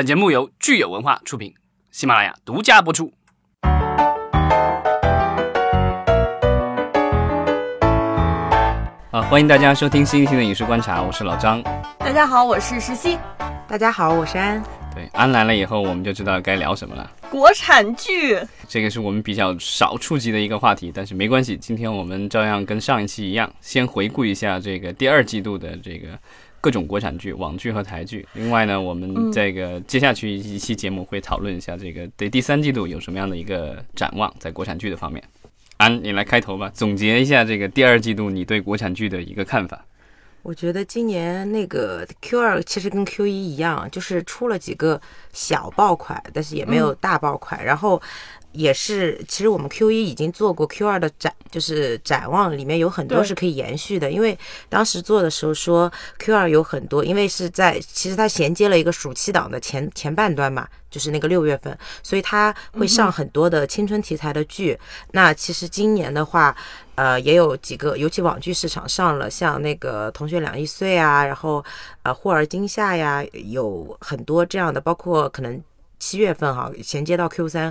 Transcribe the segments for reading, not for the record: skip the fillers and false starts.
本节目由聚友文化出品，喜马拉雅独家播出。欢迎大家收听新一期的影视观察，我是老张。 大家好，我是石溪。 大家好，我是安。 对，安来了以后，我们就知道该聊什么了。 国产剧， 这个是我们比较少触及的一个话题，但是没关系，今天我们照样跟上一期一样，先回顾一下这个第二季度的这个各种国产剧、网剧和台剧。另外呢，我们这个接下去一期节目会讨论一下这个对第三季度有什么样的一个展望，在国产剧的方面。安，你来开头吧，总结一下这个第二季度你对国产剧的一个看法。 我觉得今年那个 Q2 其实跟 Q1 一样，就是出了几个小爆款，但是也没有大爆款。然后也是，其实我们 Q1 已经做过 Q2 的就是展望，里面有很多是可以延续的。因为当时做的时候说 Q2 有很多，因为是其实它衔接了一个暑期档的前半段嘛，就是那个6月份，所以它会上很多的青春题材的剧。那其实今年的话，也有几个，尤其网剧市场上了，像那个同学2亿岁啊，然后霍尔今夏呀，有很多这样的，包括可能7月份哈，衔接到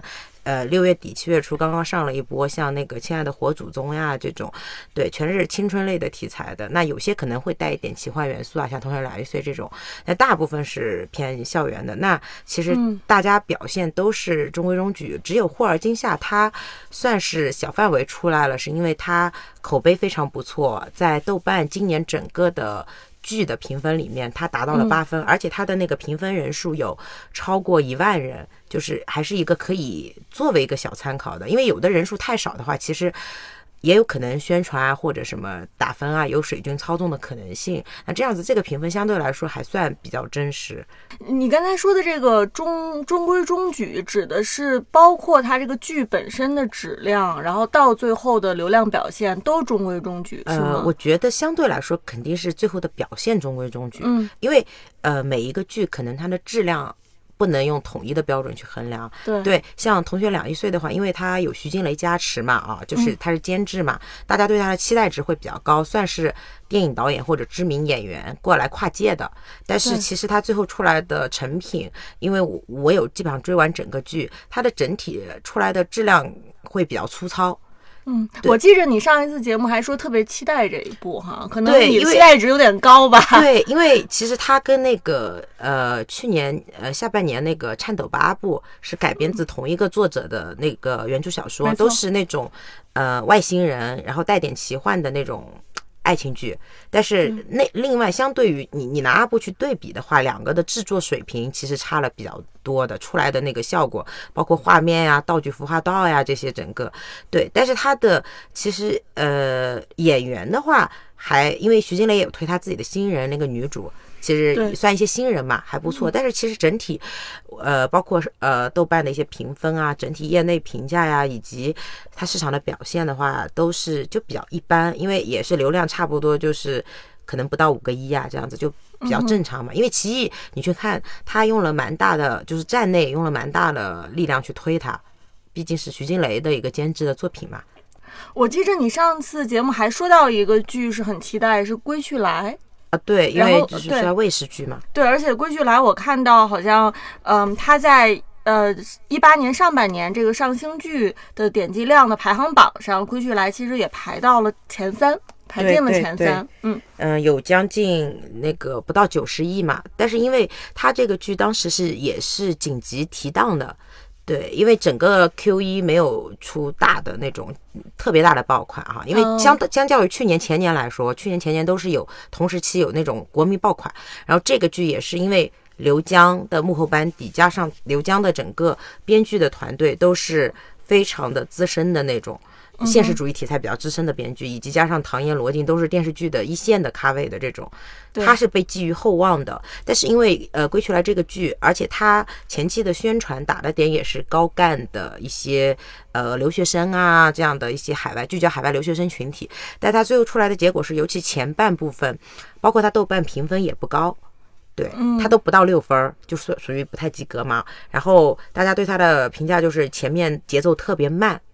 Q3。6月底7月初刚刚上了一波，像那个亲爱的火祖宗呀这种，对，全是青春类的题材的。那有些可能会带一点奇幻元素啊，像同学2亿岁这种，那大部分是偏校园的。那其实大家表现都是中规中矩，只有霍尔今夏它算是小范围出来了，是因为它口碑非常不错，在豆瓣今年整个的剧的评分里面，它达到了8分，而且它的那个评分人数有超过1万人，就是还是一个可以作为一个小参考的。因为有的人数太少的话，其实也有可能宣传啊或者什么打分啊有水军操纵的可能性。那这样子这个评分相对来说还算比较真实。 你刚才说的这个中规中矩，指的是包括它这个剧本身的质量，然后到最后的流量表现都中规中矩，是吗？ 我觉得相对来说肯定是最后的表现中规中矩。因为每一个剧可能它的质量不能用统一的标准去衡量。对，像同学2亿岁的话，因为他有徐静蕾加持嘛，就是他是监制嘛，大家对他的期待值会比较高，算是电影导演或者知名演员过来跨界的。但是其实他最后出来的成品，因为我有基本上追完整个剧，它的整体出来的质量会比较粗糙。 我记着你上一次节目还说特别期待这一部哈，可能你的期待值有点高吧？ 对，因为其实它跟那个去年下半年那个《颤抖吧》部是改编自同一个作者的那个原著小说，都是那种外星人，然后带点奇幻的那种爱情剧。但是另外相对于你拿2部去对比的话，两个的制作水平其实差了比较多的，出来的那个效果包括画面呀、道具服化道呀这些整个对。但是他的其实演员的话，还因为徐静蕾也有推他自己的新人那个女主，其实算一些新人嘛，还不错。但是其实整体包括豆瓣的一些评分啊，整体业内评价呀，以及它市场的表现的话，都是就比较一般。因为也是流量差不多，就是可能不到5个亿啊，这样子就比较正常嘛。因为奇艺你去看，他用了蛮大的，就是站内用了蛮大的力量去推它，毕竟是徐静蕾的一个监制的作品嘛。 我记着你上次节目还说到一个剧是很期待，是《归去来》。 对，因为就是说卫视剧嘛。对， 而且《归去来》我看到好像，他在18年上半年这个上星剧的点击量的排行榜上，《归去来》其实也排到了前3，排进了前3。 有将近那个不到90亿嘛。但是因为他这个剧当时也是紧急提档的。对，因为整个 Q1 没有出大的那种特别大的爆款哈，因为相较于去年前年来说，去年前年都是有同时期有那种国民爆款，然后这个剧也是因为刘江的幕后班底加上刘江的整个编剧的团队都是非常的资深的那种现实主义题材比较资深的编剧，以及加上唐嫣罗晋都是电视剧的一线的咖位的这种，他是被寄予厚望的。但是因为归去来这个剧，而且他前期的宣传打的点也是高干的一些留学生啊这样的一些聚焦海外留学生群体，但他最后出来的结果是，尤其前半部分，包括他豆瓣评分也不高。对，他都不到6分，就属于不太及格嘛。然后大家对他的评价就是前面节奏特别慢。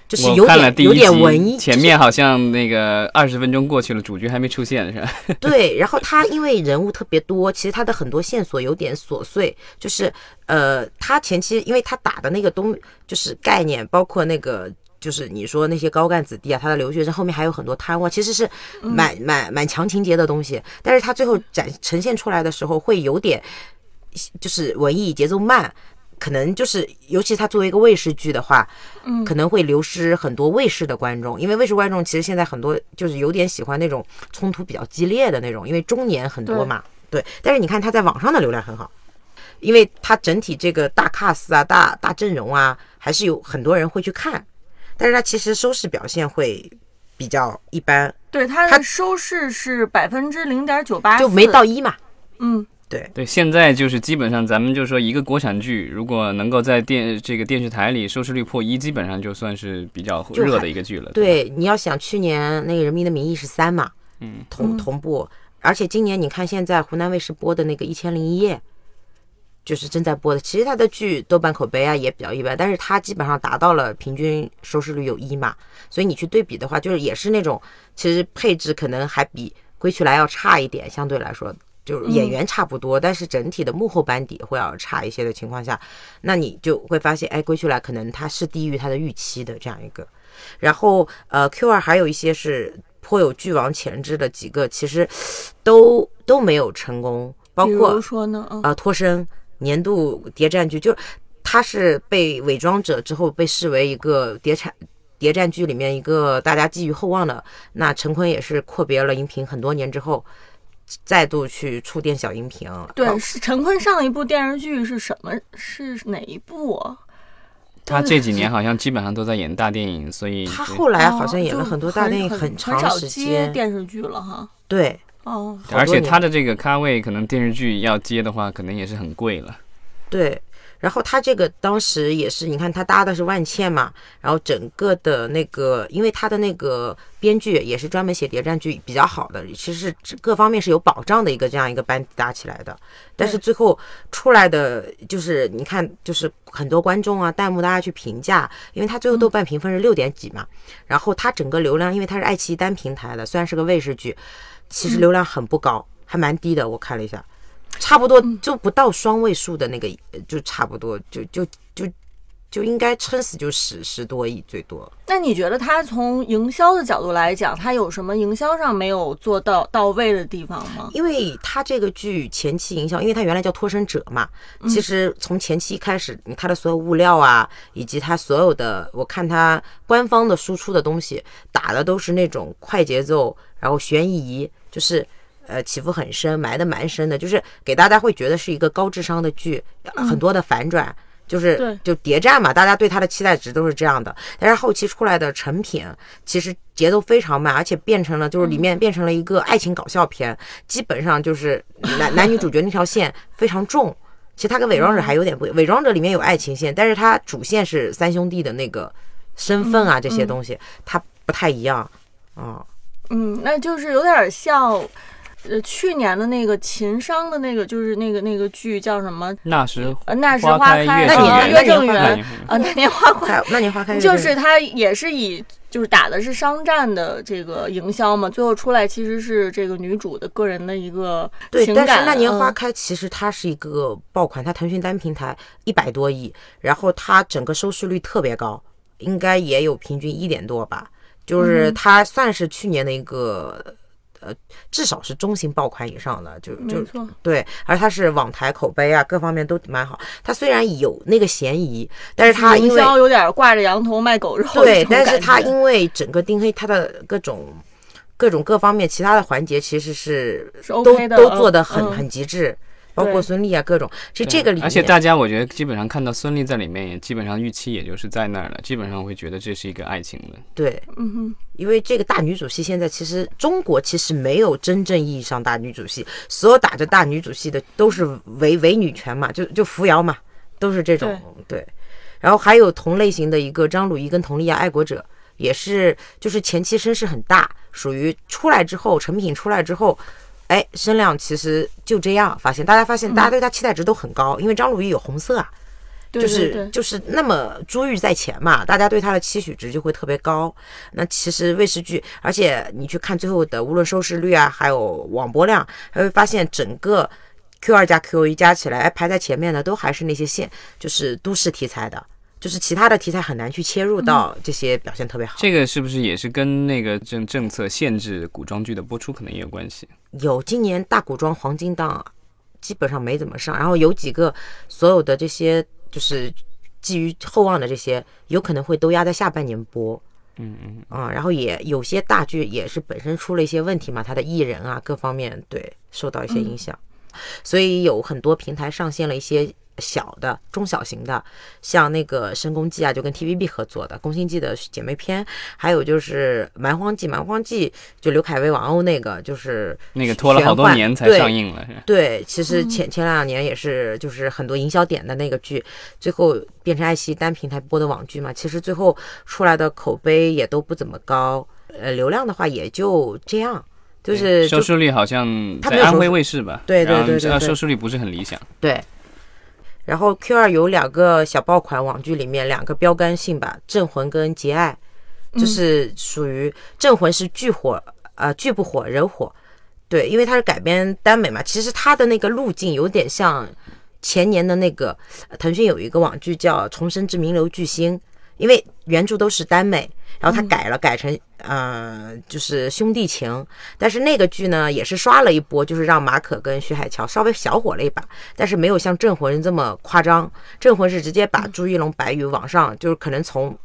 就是我看了第一有点集文艺， 前面好像那个20分钟过去了，主角还没出现是吧？ 对，然后他因为人物特别多，其实他的很多线索有点琐碎，就是他前期因为他打的那个就是概念，包括那个就是你说那些高干子弟啊，他的留学生后面还有很多贪污，其实是蛮强情节的东西，但是他最后呈现出来的时候会有点就是文艺节奏慢。可能就是，尤其他作为一个卫视剧的话，可能会流失很多卫视的观众，因为卫视观众其实现在很多就是有点喜欢那种冲突比较激烈的那种，因为中年很多嘛，对。但是你看他在网上的流量很好，因为他整体这个大 cast 啊、大阵容啊，还是有很多人会去看，但是他其实收视表现会比较一般。 对，他的收视是0.984%， 就没到1嘛。 对，现在就是基本上咱们就说一个国产剧，如果能够在这个电视台里收视率破1，基本上就算是比较热的一个剧了。 对，你要想去年那个《人民的名义》是3嘛，同步，而且今年你看现在湖南卫视播的那个《1001夜》，就是正在播的，其实它的剧豆瓣口碑啊也比较一般，但是它基本上达到了平均收视率有1嘛，所以你去对比的话，就是也是那种其实配置可能还比《归去来》要差一点，相对来说。就是演员差不多，但是整体的幕后班底会要差一些的情况下，那你就会发现，哎，归去来可能它是低于它的预期的这样一个。然后Q2还有一些是颇有剧王潜质的几个，其实都没有成功，包括比如说呢， 脱身年度谍战剧，就是它是被伪装者之后被视为一个谍战剧里面一个大家寄予厚望的。那陈坤也是阔别了荧屏很多年之后。再度去触电小荧屏。 对，是陈坤上一部电视剧是什么？是哪一部啊？ 他这几年好像基本上都在演大电影，所以他后来好像演了很多大电影，很长时间接电视剧了哈。 对， 而且他的这个咖位，可能电视剧要接的话，可能也是很贵了。 对。然后他这个当时也是，你看他搭的是万茜嘛，然后整个的那个，因为他的那个编剧也是专门写谍战剧比较好的，其实是各方面是有保障的一个这样一个班底搭起来的。但是最后出来的就是你看，就是很多观众啊、弹幕大家去评价，因为他最后豆瓣评分是6点几嘛，然后他整个流量，因为他是爱奇艺单平台的，虽然是个卫视剧，其实流量很不高，还蛮低的，我看了一下。差不多就不到双位数的那个，就差不多就应该撑死就10多亿最多。 那你觉得他从营销的角度来讲，他有什么营销上没有做到位的地方吗？ 因为他这个剧前期营销，因为他原来叫脱身者嘛，其实从前期开始，他的所有物料啊，以及他所有的，我看他官方的输出的东西，打的都是那种快节奏，然后悬疑，就是起伏很深，埋得蛮深的，就是给大家会觉得是一个高智商的剧，很多的反转。就谍战嘛，大家对他的期待值都是这样的，但是后期出来的成品其实节奏非常慢，而且变成了就是里面变成了一个爱情搞笑片，基本上就是男女主角那条线非常重。其实他跟伪装者还有点不一样，伪装者里面有爱情线，但是他主线是3兄弟的那个身份啊，这些东西他不太一样啊。 那就是有点像。去年的那个秦商的那个就是那个剧叫什么？ 那时花开月正圆那年花开， 那年花开， 就是它也是就是打的是商战的这个营销嘛，最后出来其实是这个女主的个人的一个情感。 对，但是那年花开其实它是一个爆款，它腾讯单平台100多亿，然后它整个收视率特别高，应该也有平均1点多吧，就是它算是去年的一个。至少是中型爆款以上的，就对，而它是网台口碑啊，各方面都蛮好。它虽然有那个嫌疑，但是它因为有点挂着羊头卖狗肉， 对，但是它因为整个丁黑它的各方面其他的环节其实是 OK 的， 都做得很极致。包括孙俪啊，各种，这个里面， 而且大家我觉得基本上看到孙俪在里面，也基本上预期也就是在那儿了，基本上会觉得这是一个爱情的。 对，因为这个大女主戏现在其实中国其实没有真正意义上大女主戏，所有打着大女主戏的都是伪女权嘛，就扶摇嘛，都是这种 对。然后还有同类型的一个张鲁一跟佟丽娅爱国者，也是就是前期声势很大，属于出来之后成品出来之后。声量其实就这样，大家发现大家对他期待值都很高，因为张鲁一有红色啊， 就是那么珠玉在前嘛，大家对它的期许值就会特别高。那其实卫视剧，而且你去看最后的无论收视率啊，还有网播量，还会发现整个 Q2 加 Q1 加起来，排在前面的都还是那些就是都市题材的。就是其他的题材很难去切入到这些表现特别好。 这个是不是也是跟那个政策限制古装剧的播出可能也有关系？ 有，今年大古装黄金档基本上没怎么上，然后有几个所有的这些就是寄予厚望的这些，有可能会都压在下半年播。然后也有些大剧也是本身出了一些问题嘛，它的艺人啊各方面对受到一些影响，所以有很多平台上线了一些小的中小型的，像那个申公记啊，就跟 TVB 合作的宫心计的姐妹篇，还有就是蛮荒记就刘恺威王鸥那个，就是那个拖了好多年才上映了。 对，其实前2年也是就是很多营销点的那个剧，最后变成爱奇艺单平台播的网剧嘛，其实最后出来的口碑也都不怎么高，流量的话也就这样。就是收视率好像在安徽卫视吧， 对， 收视率不是很理想。 对。然后 Q2 有2个小爆款网剧，里面2个标杆性吧，《镇魂》跟《节爱》，就是属于《镇魂》是剧不火人火，对，因为它是改编耽美嘛，其实它的那个路径有点像前年的那个腾讯有一个网剧叫《重生之名流巨星》，因为原著都是耽美，然后它改成就是兄弟情，但是那个剧呢也是刷了一波，就是让马可跟徐海乔稍微小火了一把，但是没有像镇魂这么夸张。镇魂是直接把朱一龙、白宇往上，就是可能从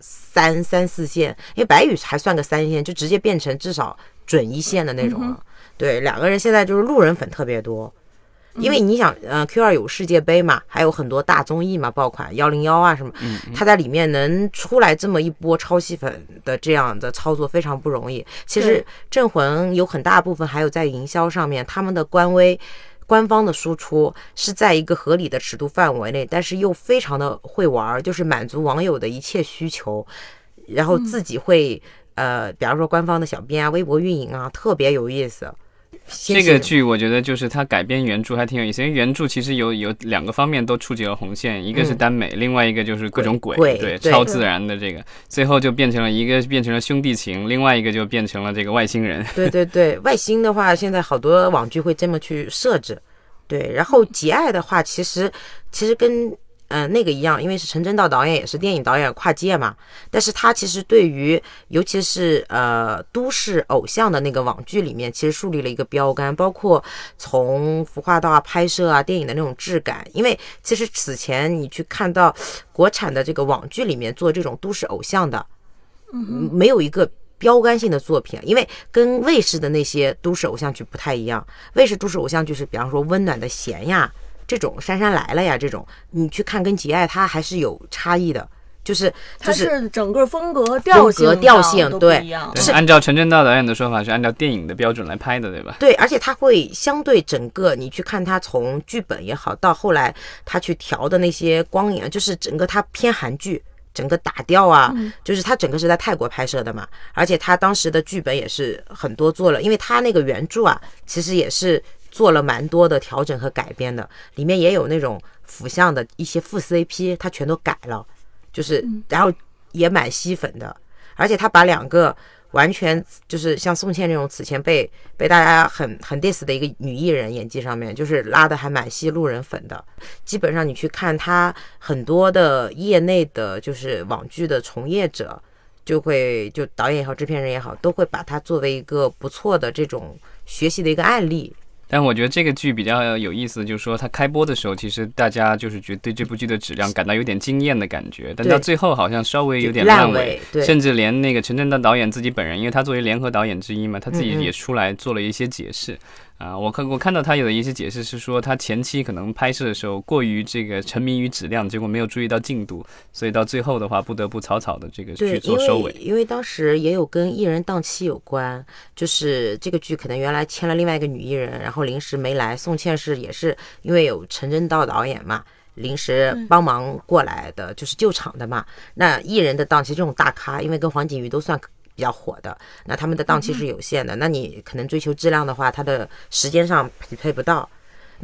3、4线，因为白宇还算个3线，就直接变成至少准1线的那种了。对，2个人现在就是路人粉特别多。因为你想Q2 有世界杯嘛，还有很多大综艺嘛，爆款101啊什么，他在里面能出来这么一波超细粉的这样的操作非常不容易。其实镇魂有很大部分还有在营销上面，他们的官方的输出是在一个合理的尺度范围内，但是又非常的会玩，就是满足网友的一切需求，然后自己会比方说官方的小编啊、微博运营啊，特别有意思。 这个剧我觉得就是它改编原著还挺有意思，因为原著其实有2个方面都触及了红线，一个是耽美，另外一个就是各种鬼，对超自然的这个，最后就变成了一个变成了兄弟情，另外一个就变成了这个外星人。 对，外星的话现在好多网剧会这么去设置。对，然后节爱的话其实跟那个一样，因为是陈正道导演，也是电影导演，跨界嘛。但是他其实对于尤其是都市偶像的那个网剧里面，其实树立了一个标杆，包括从服化道啊、拍摄啊、电影的那种质感。因为其实此前你去看到国产的这个网剧里面做这种都市偶像的，没有一个标杆性的作品，因为跟卫视的那些都市偶像剧不太一样。卫视都市偶像剧是比方说温暖的弦呀，这种姗姗来了呀，这种你去看跟节爱它还是有差异的，就是它是整个风格调性都不一样。 就是按照陈正道导演的说法，是按照电影的标准来拍的，对吧？ 对，而且它会相对整个你去看它从剧本也好，到后来他去调的那些光影，就是整个它偏韩剧。整个打调啊，就是他整个是在泰国拍摄的嘛，而且他当时的剧本也是很多做了，因为他那个原著啊，其实也是做了蛮多的调整和改编的，里面也有那种腐向的一些副 CP， 他全都改了，就是然后也蛮吸粉的，而且他把2个完全就是像宋茜这种此前被大家很 diss 的一个女艺人演技上面，就是拉的还蛮吸路人粉的。基本上你去看她很多的业内的就是网剧的从业者，就导演也好，制片人也好，都会把它作为一个不错的这种学习的一个案例。 但我觉得这个剧比较有意思，就是说它开播的时候，其实大家就是觉得对这部剧的质量感到有点惊艳的感觉，但到最后好像稍微有点烂尾，甚至连那个陈正道导演自己本人，因为他作为联合导演之一嘛，他自己也出来做了一些解释。我看到他有的一些解释是说，他前期可能拍摄的时候过于这个沉迷于质量，结果没有注意到进度，所以到最后的话不得不草草的这个去做收尾。 因为当时也有跟艺人档期有关，就是这个剧可能原来签了另外一个女艺人，然后临时没来。宋茜也是因为有陈正道导演嘛，临时帮忙过来的，就是救场的嘛。那艺人的档期这种大咖，因为跟黄景瑜都算比较火的，那他们的档期是有限的，那你可能追求质量的话，他的时间上匹配不到。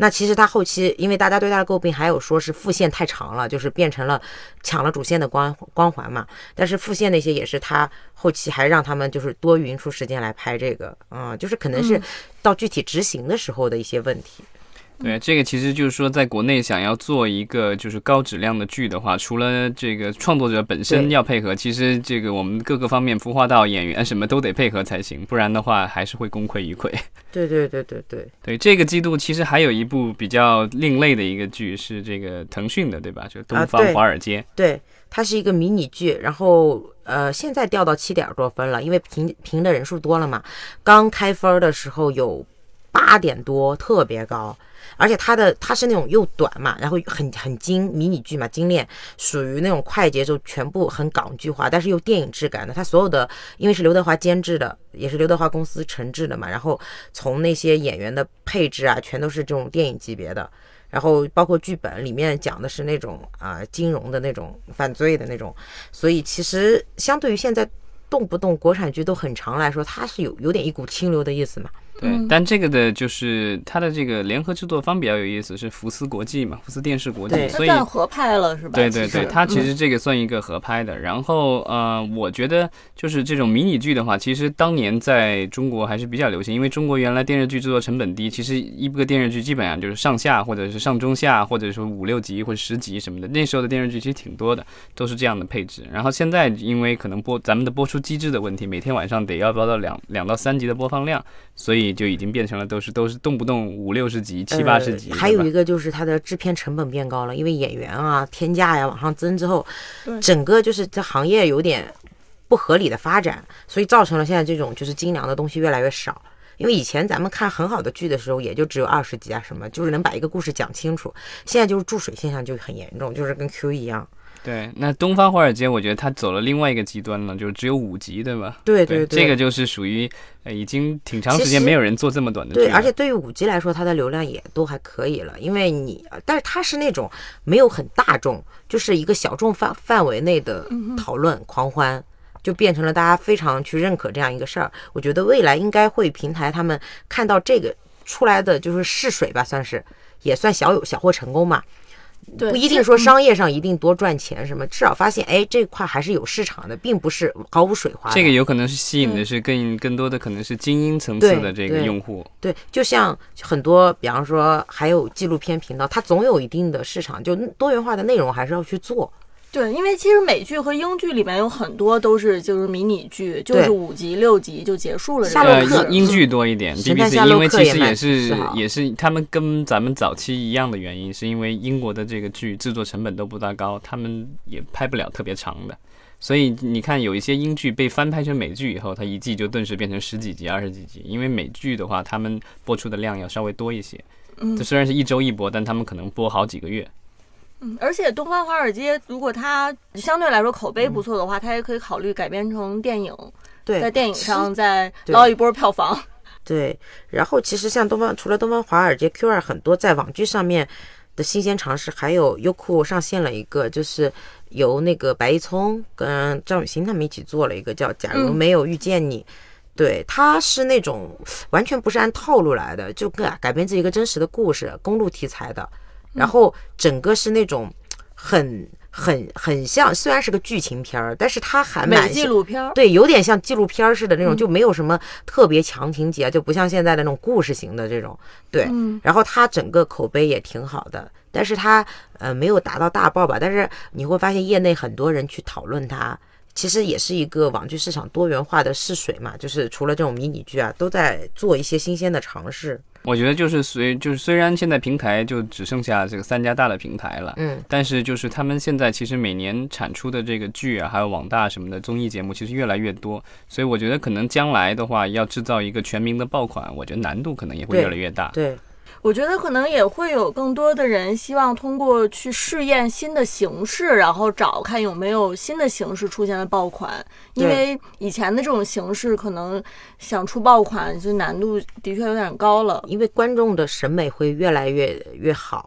那其实他后期因为大家对他的诟病还有说是副线太长了，就是变成了抢了主线的光环嘛，但是副线那些也是他后期还让他们就是多匀出时间来拍这个，就是可能是到具体执行的时候的一些问题。 对，这个其实就是说，在国内想要做一个就是高质量的剧的话，除了这个创作者本身要配合，其实这个我们各个方面孵化道演员什么都得配合才行，不然的话还是会功亏一篑。 对对对对对对，这个季度其实还有一部比较另类的一个剧是这个腾讯的，对吧？就《东方华尔街》 对，它是一个迷你剧，然后现在掉到7点多分了，因为评的人数多了嘛。刚开分的时候有8点多，特别高。而且它是那种又短嘛，然后很精迷你剧嘛，精炼，属于那种快节奏，全部很港剧化，但是又电影质感的。它所有的因为是刘德华监制的，也是刘德华公司承制的嘛，然后从那些演员的配置啊，全都是这种电影级别的。然后包括剧本里面讲的是那种金融的那种犯罪的那种，所以其实相对于现在动不动国产剧都很长来说，它是有点一股清流的意思嘛。 对，但这个的就是它的这个联合制作方比较有意思，是福斯国际嘛，福斯电视国际，所以算合拍了是吧？ 对对对，它其实这个算一个合拍的。然后我觉得就是这种迷你剧的话，其实当年在中国还是比较流行，因为中国原来电视剧制作成本低，其实一个电视剧基本上就是上下或者是上中下，或者说5、6集或者10集什么的。那时候的电视剧其实挺多的，都是这样的配置。然后现在因为可能咱们的播出机制的问题，每天晚上得要到2到3集的播放量，所以就已经变成了都是动不动50、60集、70、80集。 还有一个就是它的制片成本变高了，因为演员啊天价呀往上增之后，整个就是这行业有点不合理的发展，所以造成了现在这种就是精良的东西越来越少。因为以前咱们看很好的剧的时候，也就只有20集啊什么，就是能把一个故事讲清楚。现在就是注水现象就很严重，就是跟 Q 一样。 对，那东方华尔街我觉得它走了另外一个极端了，就是只有5集，对吧？ 对， 这个就是属于已经挺长时间没有人做这么短的剧了。 对，而且对于5集来说，它的流量也都还可以了，因为但是它是那种没有很大众，就是一个小众范围内的讨论狂欢，就变成了大家非常去认可这样一个事儿。我觉得未来应该会平台他们看到这个出来的就是试水吧，算是也算小获成功嘛。不一定说商业上一定多赚钱什么，至少发现这块还是有市场的，并不是毫无水花的。 这个有可能是吸引的是更多的可能是精英层次的这个用户。 对，就像很多比方说还有纪录片频道，它总有一定的市场，就多元化的内容还是要去做。 对，因为其实美剧和英剧里面有很多都是就是迷你剧，就是5集6集就结束了。 夏洛克英剧多一点 ，BBC 因为其实也是他们跟咱们早期一样的原因，是因为英国的这个剧制作成本都不大高，他们也拍不了特别长的，所以你看有一些英剧被翻拍成美剧以后，它一季就顿时变成10几集、20几集，因为美剧的话，他们播出的量要稍微多一些。这虽然是1周1播，但他们可能播好几个月。 而且东方华尔街如果它相对来说口碑不错的话，它也可以考虑改编成电影，在电影上再捞一波票房。 对，然后其实像除了东方华尔街 Q2 很多在网剧上面的新鲜尝试，还有优酷上线了一个，就是由那个白一聪跟张雨欣他们一起做了一个叫《假如没有遇见你》。对，它是那种完全不是按套路来的，就改编自一个真实的故事，公路题材的。然后整个是那种很像，虽然是个剧情片，但是它还蛮纪录片， 对，有点像纪录片似的那种，就没有什么特别强情节，就不像现在的那种故事型的这种。对，然后它整个口碑也挺好的，但是它没有达到大爆吧，但是你会发现业内很多人去讨论它。其实也是一个网剧市场多元化的试水嘛，就是除了这种迷你剧啊，都在做一些新鲜的尝试。 我觉得就是虽然现在平台就只剩下这个3家大的平台了，但是就是他们现在其实每年产出的这个剧啊，还有网大什么的综艺节目，其实越来越多，所以我觉得可能将来的话，要制造一个全民的爆款，我觉得难度可能也会越来越大。 对。 我觉得可能也会有更多的人希望通过去试验新的形式，然后找看有没有新的形式出现的爆款，因为以前的这种形式可能想出爆款就难度的确有点高了， 因为观众的审美会越来越好。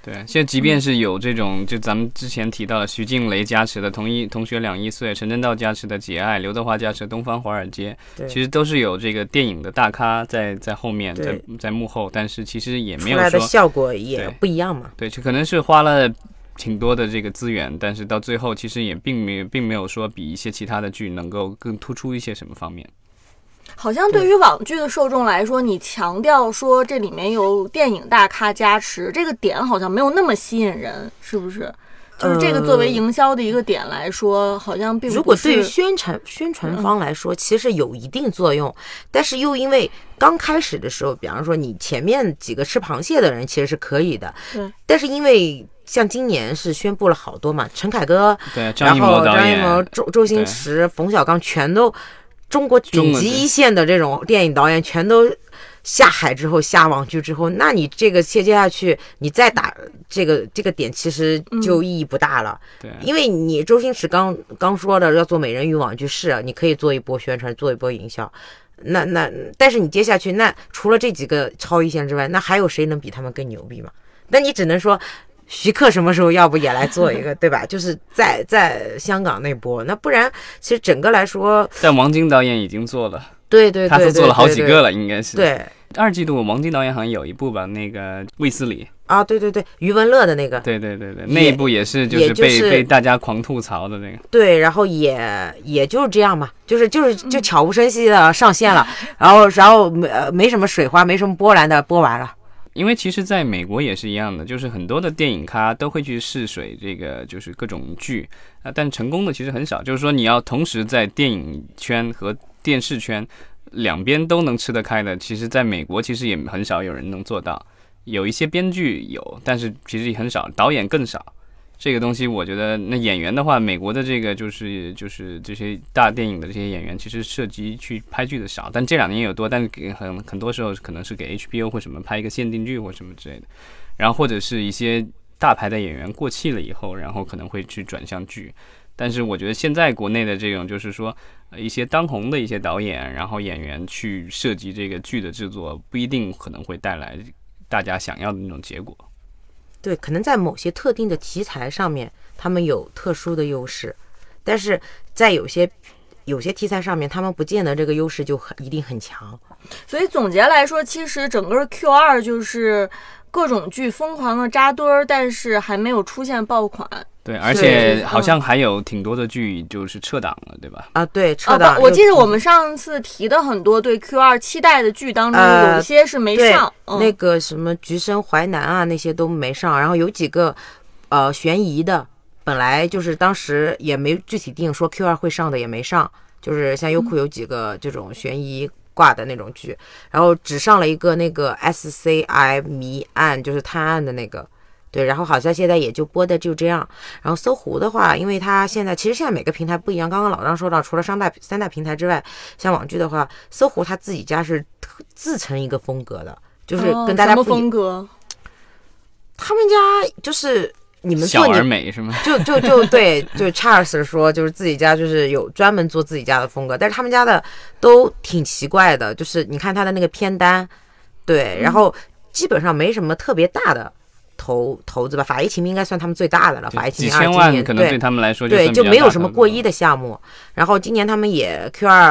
对，现在即便是有这种，就咱们之前提到的徐静蕾加持的同学两亿岁，陈正道加持的节爱，刘德华加持的东方华尔街，其实都是有这个电影的大咖在后面，在幕后，但是其实也没有说出来的效果也不一样嘛。 对，就可能是花了挺多的这个资源，但是到最后其实也并没有说比一些其他的剧能够更突出一些什么方面。 好像对于网剧的受众来说，你强调说这里面有电影大咖加持，这个点好像没有那么吸引人，是不是？就是这个作为营销的一个点来说，好像并不是。 如果对于宣传方来说，其实有一定作用，但是又因为刚开始的时候，比方说你前面几个吃螃蟹的人其实是可以的， 对。 但是因为像今年是宣布了好多嘛，陈凯歌， 对， 然后张艺谋、周星驰、冯小刚，全都中国顶级一线的这种电影导演全都下海之后，下网剧之后，那你这个接下去你再打这个点，其实就意义不大了。 对， 因为你周星驰刚说的要做美人鱼网剧，是你可以做一波宣传，做一波营销。那但是你接下去，那除了这几个超一线之外，那还有谁能比他们更牛逼吗？那你只能说徐克什么时候要不也来做一个，对吧？就是在香港那波，那不然其实整个来说， 但王晶导演已经做了， 对， 他都做了好几个了，应该是。 对， 二季度王晶导演好像有一部吧，那个卫斯理啊，对，余文乐的那个， 对，那一部也是就是被大家狂吐槽的那个。 对，然后也就是这样嘛，就悄无声息的上线了，然后没什么水花，没什么波澜的播完了。 因为其实在美国也是一样的，就是很多的电影咖都会去试水这个就是各种剧但成功的其实很少，就是说你要同时在电影圈和电视圈两边都能吃得开的，其实在美国其实也很少有人能做到。有一些编剧有，但是其实也很少，导演更少。这个东西我觉得，那演员的话，美国的这个就是这些大电影的这些演员，其实涉及去拍剧的少，但这2年有多，但是很多时候可能是给 HBO 或什么拍一个限定剧或什么之类的，然后或者是一些大牌的演员过气了以后，然后可能会去转向剧。但是我觉得现在国内的这种就是说一些当红的一些导演，然后演员去涉及这个剧的制作，不一定可能会带来大家想要的那种结果。 对，可能在某些特定的题材上面，他们有特殊的优势，但是在有些题材上面，他们不见得这个优势就一定很强。 所以总结来说，其实整个 Q2 就是各种剧疯狂的扎堆儿，但是还没有出现爆款。 对，而且好像还有挺多的剧就是撤档了，对吧？ 啊，对，撤档。 我记得我们上次提的很多对 Q2 期待的剧当中，有些是没上。 那个什么《橘生淮南》啊，那些都没上。然后有几个悬疑的，本来就是当时也没具体定说 Q2 会上的也没上，就是像优酷有几个这种悬疑挂的那种剧，然后只上了一个那个 SCI 谜案，就是探案的那个。对，然后好像现在也就播的就这样。然后搜狐的话，因为它现在每个平台不一样。刚刚老张说到，除了三大平台之外，像网剧的话，搜狐它自己家是自成一个风格的，就是跟大家不一样。什么风格？ 他们家就是你们小而美是吗？ 就对，就 Charles 说，就是自己家就是有专门做自己家的风格，但是他们家的都挺奇怪的，就是你看他的那个片单，对，然后基本上没什么特别大的。投资吧，法医秦明应该算他们最大的了。法医秦明几千万可能对他们来说就没有什么过亿的项目。然后今年他们也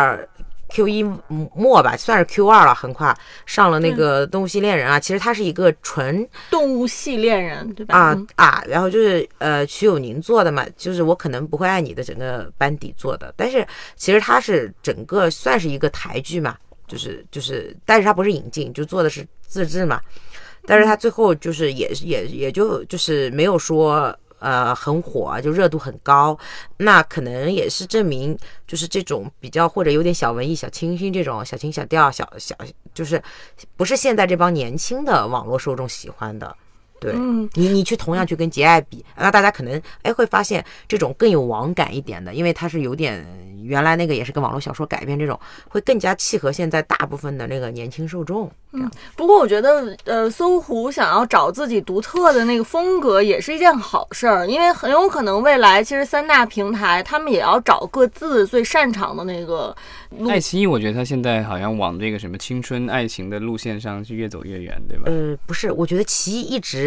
Q1 末吧，算是 Q2 了，横跨上了那个动物系恋人啊。其实它是一个纯动物系恋人，对吧？ 然后就是瞿友宁做的嘛，就是我可能不会爱你的整个班底做的，但是其实它是整个算是一个台剧嘛，就是但是它不是引进，就做的是自制嘛。但是他最后就是也就是没有说很火，就热度很高，那可能也是证明就是这种比较或者有点小文艺、小清新这种小情小调、小就是不是现在这帮年轻的网络受众喜欢的。对，你去同样去跟节爱比，那大家可能会发现这种更有网感一点的，因为它是有点原来那个也是跟网络小说改编，这种会更加契合现在大部分的那个年轻受众。 不过我觉得搜狐想要找自己独特的那个风格也是一件好事儿，因为很有可能未来其实3大平台他们也要找各自最擅长的那个路。 爱奇艺我觉得他现在好像往这个什么青春爱情的路线上是越走越远，对吧？ 不是，我觉得奇艺一直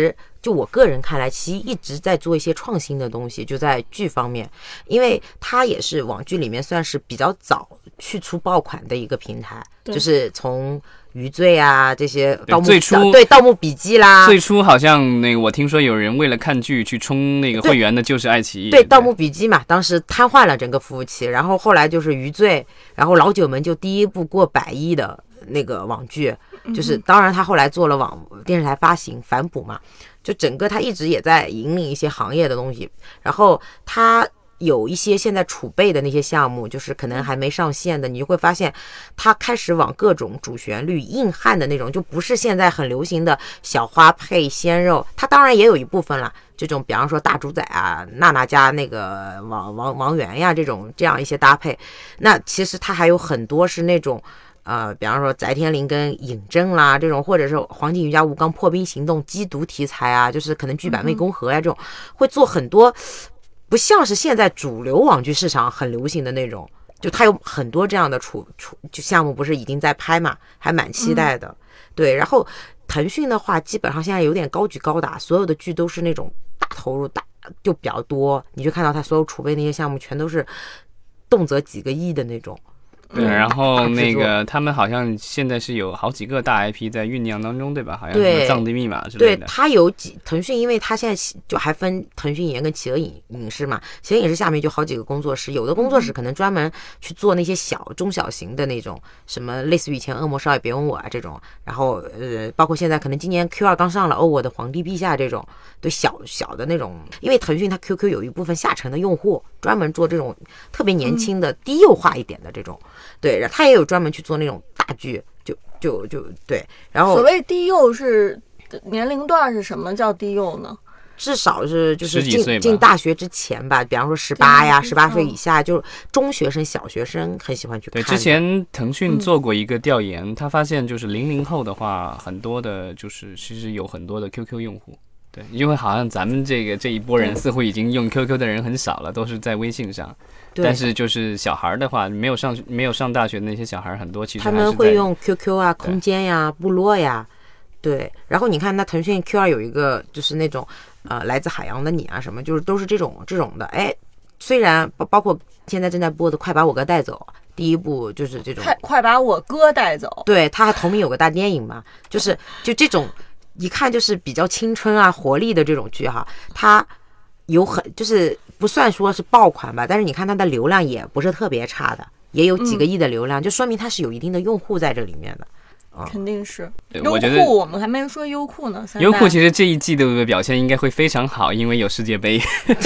实就我个人看来，奇艺一直在做一些创新的东西，就在剧方面，因为它也是网剧里面算是比较早去出爆款的一个平台，就是从余罪啊这些盗墓， 最初对盗墓笔记啦， 最初好像那个我听说有人为了看剧去充那个会员的，就是爱奇艺。 对盗墓笔记嘛，当时瘫痪了整个服务器，然后后来就是余罪，然后老九门就第一部过100亿的那个网剧，就是当然他后来做了电视台发行反哺嘛，就整个他一直也在引领一些行业的东西，然后他有一些现在储备的那些项目，就是可能还没上线的，你就会发现他开始往各种主旋律硬汉的那种，就不是现在很流行的小花配鲜肉，他当然也有一部分啦，这种比方说大猪仔啊、娜娜家那个王源呀这样一些搭配，那其实他还有很多是那种比方说翟天临跟尹正啦这种，或者是黄景瑜加吴刚破冰行动缉毒题材啊，就是可能剧版湄公河呀这种，会做很多不像是现在主流网剧市场很流行的那种，就它有很多这样的就项目不是已经在拍嘛，还蛮期待的。对，然后腾讯的话基本上现在有点高举高打，所有的剧都是那种大投入就比较多，你就看到它所有储备那些项目全都是动辄几个亿的那种。 对，然后那个他们好像现在是有好几个大 IP 在酝酿当中，对吧？好像什么藏地密码之类的。 对，它有腾讯，因为它现在就还分腾讯影业跟企鹅影视嘛，企鹅影视下面就好几个工作室，有的工作室可能专门去做那些中小型的那种，什么类似于以前《恶魔少爷别吻我》啊这种，然后包括现在可能今年 Q2 刚上了我的皇帝陛下这种，对小的那种，因为腾讯它 QQ 有一部分下沉的用户专门做这种特别年轻的低幼化一点的这种。对，他也有专门去做那种大剧，就对。然后所谓低幼是年龄段是什么叫低幼呢？ 至少是就是 10 进大学之前吧，比方说18呀，18岁以下，就是中学生、小学生很喜欢去看。 对，之前腾讯做过一个调研，他发现就是00后的话，很多的就是其实有很多的 QQ 用户。对，因为好像咱们这一波人似乎已经用 QQ 的人很少了，都是在微信上。但是就是小孩的话，没有上大学的那些小孩很多，其实他们会用 QQ 啊、空间呀、部落呀。对，然后你看那腾讯 Q2 有一个就是那种来自海洋的你啊什么，就是都是这种的。哎，虽然包括现在正在播的《快把我哥带走》，第一部就是这种快把我哥带走。 对，他还同名有个大电影嘛，就这种一看就是比较青春啊、活力的这种剧哈，它有就是不算说是爆款吧，但是你看它的流量也不是特别差的，也有几个亿的流量，就说明它是有一定的用户在这里面的。 肯定是。 我觉得我们还没说优酷呢。 优酷其实这一季度的表现应该会非常好，因为有世界杯。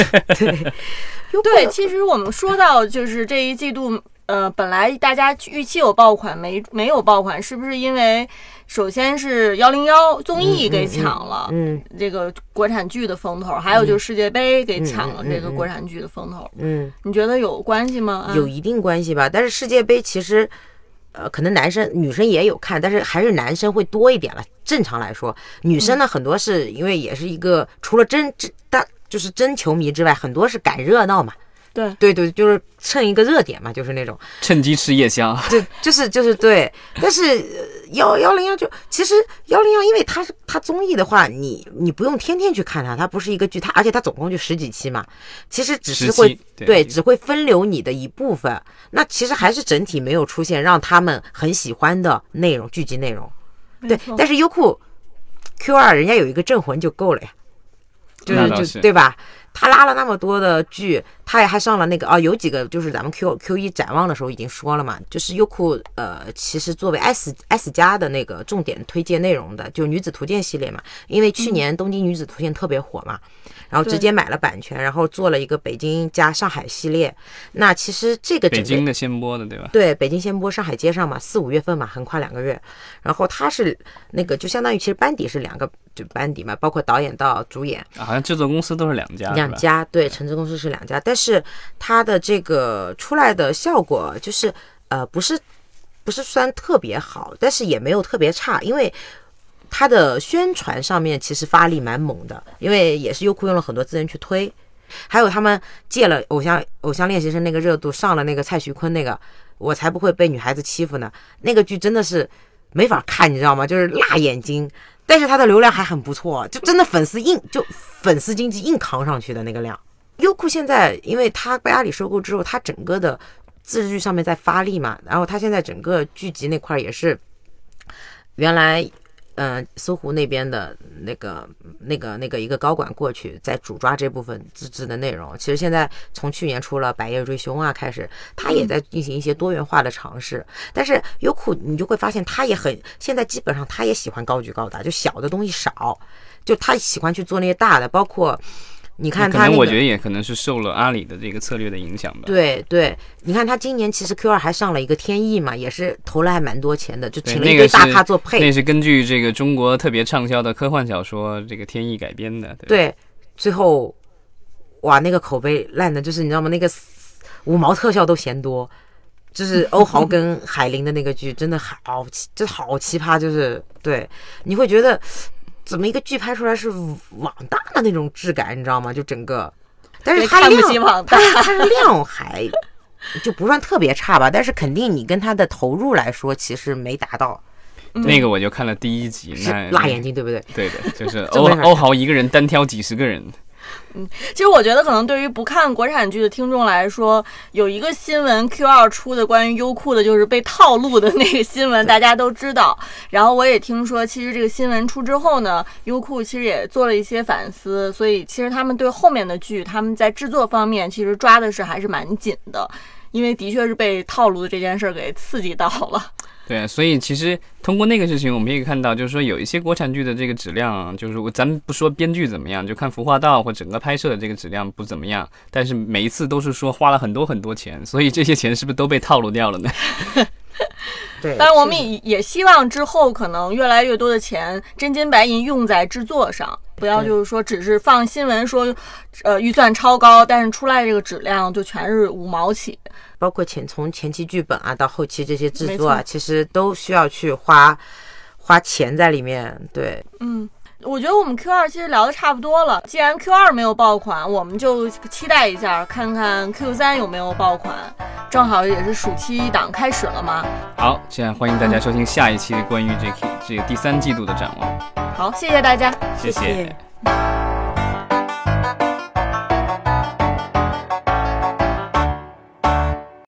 对，其实我们说到就是这一季度，本来大家预期有爆款，没有爆款，是不是因为首先是101综艺给抢了这个国产剧的风头，还有就是世界杯给抢了这个国产剧的风头。你觉得有关系吗？ 有一定关系吧，但是世界杯其实可能女生也有看，但是还是男生会多一点了。正常来说，女生呢很多是因为也是一个除了就是真球迷之外，很多是赶热闹嘛。对，就是蹭一个热点嘛，就是那种趁机吃夜宵。 对，就是对。但是101就其实101，因为它综艺的话，你不用天天去看它不是一个剧，而且它总共就10几期嘛，其实只是会只会分流你的一部分。那其实还是整体没有出现让他们很喜欢的内容，剧集内容。对，但是优酷 Q2 人家有一个镇魂就够了呀，就对吧？他拉了那么多的剧，他也还上了那个有几个就是咱们 Q1 展望的时候已经说了嘛，就是优酷其实作为 S 加的那个重点推荐内容的，就女子图鉴系列嘛，因为去年东京女子图鉴特别火嘛，然后直接买了版权，然后做了一个北京加上海系列。那其实这个北京的先播的对吧？ 对，北京先播，上海接上嘛，4、5月份嘛，很快2个月。然后他是那个就相当于其实班底是2个就班底嘛，包括导演到主演， 好像制作公司都是2 家，对，承制公司是2家，但是它的这个出来的效果就是不是算特别好，但是也没有特别差，因为它的宣传上面其实发力蛮猛的，因为也是优酷用了很多资源去推，还有他们借了偶像练习生那个热度，上了那个蔡徐坤那个我才不会被女孩子欺负呢，那个剧真的是没法看，你知道吗？就是辣眼睛，但是它的流量还很不错，就真的粉丝经济硬扛上去的那个量。优酷现在因为它被阿里收购之后，它整个的自制剧上面在发力嘛，然后它现在整个剧集那块也是原来搜狐那边的那个一个高管过去在主抓这部分自制的内容。其实现在从去年出了《百夜追凶》啊开始，他也在进行一些多元化的尝试。但是优酷你就会发现，他也现在基本上他也喜欢高举高打，就小的东西少，就他喜欢去做那些大的，包括。你看他、 可能我觉得也可能是受了阿里的这个策略的影响吧。 对对，你看他今年其实 Q2 还上了一个天意嘛，也是投了还蛮多钱的，就请了一堆大咖做配。 那是根据这个中国特别畅销的科幻小说这个天意改编的。 对，最后哇那个口碑烂的，就是你知道吗？那个五毛特效都嫌多，就是欧豪跟海玲的那个剧真的好奇葩，就是对，你会觉得。怎么一个剧拍出来是网大的那种质感，你知道吗？就整个，但是它量，它的量还就不算特别差吧，但是肯定你跟它的投入来说，其实没达到。 那个我就看了第一集， 那辣眼睛，对不对？ 对的，就是欧豪一个人单挑几十个人。 其实我觉得可能对于不看国产剧的听众来说，有一个新闻 Q2 出的关于优酷的就是被套路的那个新闻，大家都知道。然后我也听说，其实这个新闻出之后呢，优酷其实也做了一些反思，所以其实他们对后面的剧，他们在制作方面其实抓的是还是蛮紧的，因为的确是被套路的这件事给刺激到了。 对，所以其实通过那个事情，我们也可以看到，就是说有一些国产剧的这个质量，就是咱们不说编剧怎么样，就看服化道或整个拍摄的这个质量不怎么样，但是每一次都是说花了很多很多钱，所以这些钱是不是都被套路掉了呢？ 对， 当然我们也希望之后可能越来越多的钱真金白银用在制作上，不要就是说只是放新闻说预算超高，但是出来这个质量就全是五毛起。 包括从前期剧本啊到后期这些制作啊，其实都需要去花钱在里面。对， 我觉得我们 Q2 其实聊的差不多了，既然 Q2 没有爆款，我们就期待一下看看 Q3 有没有爆款，正好也是暑期档开始了嘛。 好，现在欢迎大家收听下一期关于这个第3季度的展望。 好，谢谢大家， 谢谢。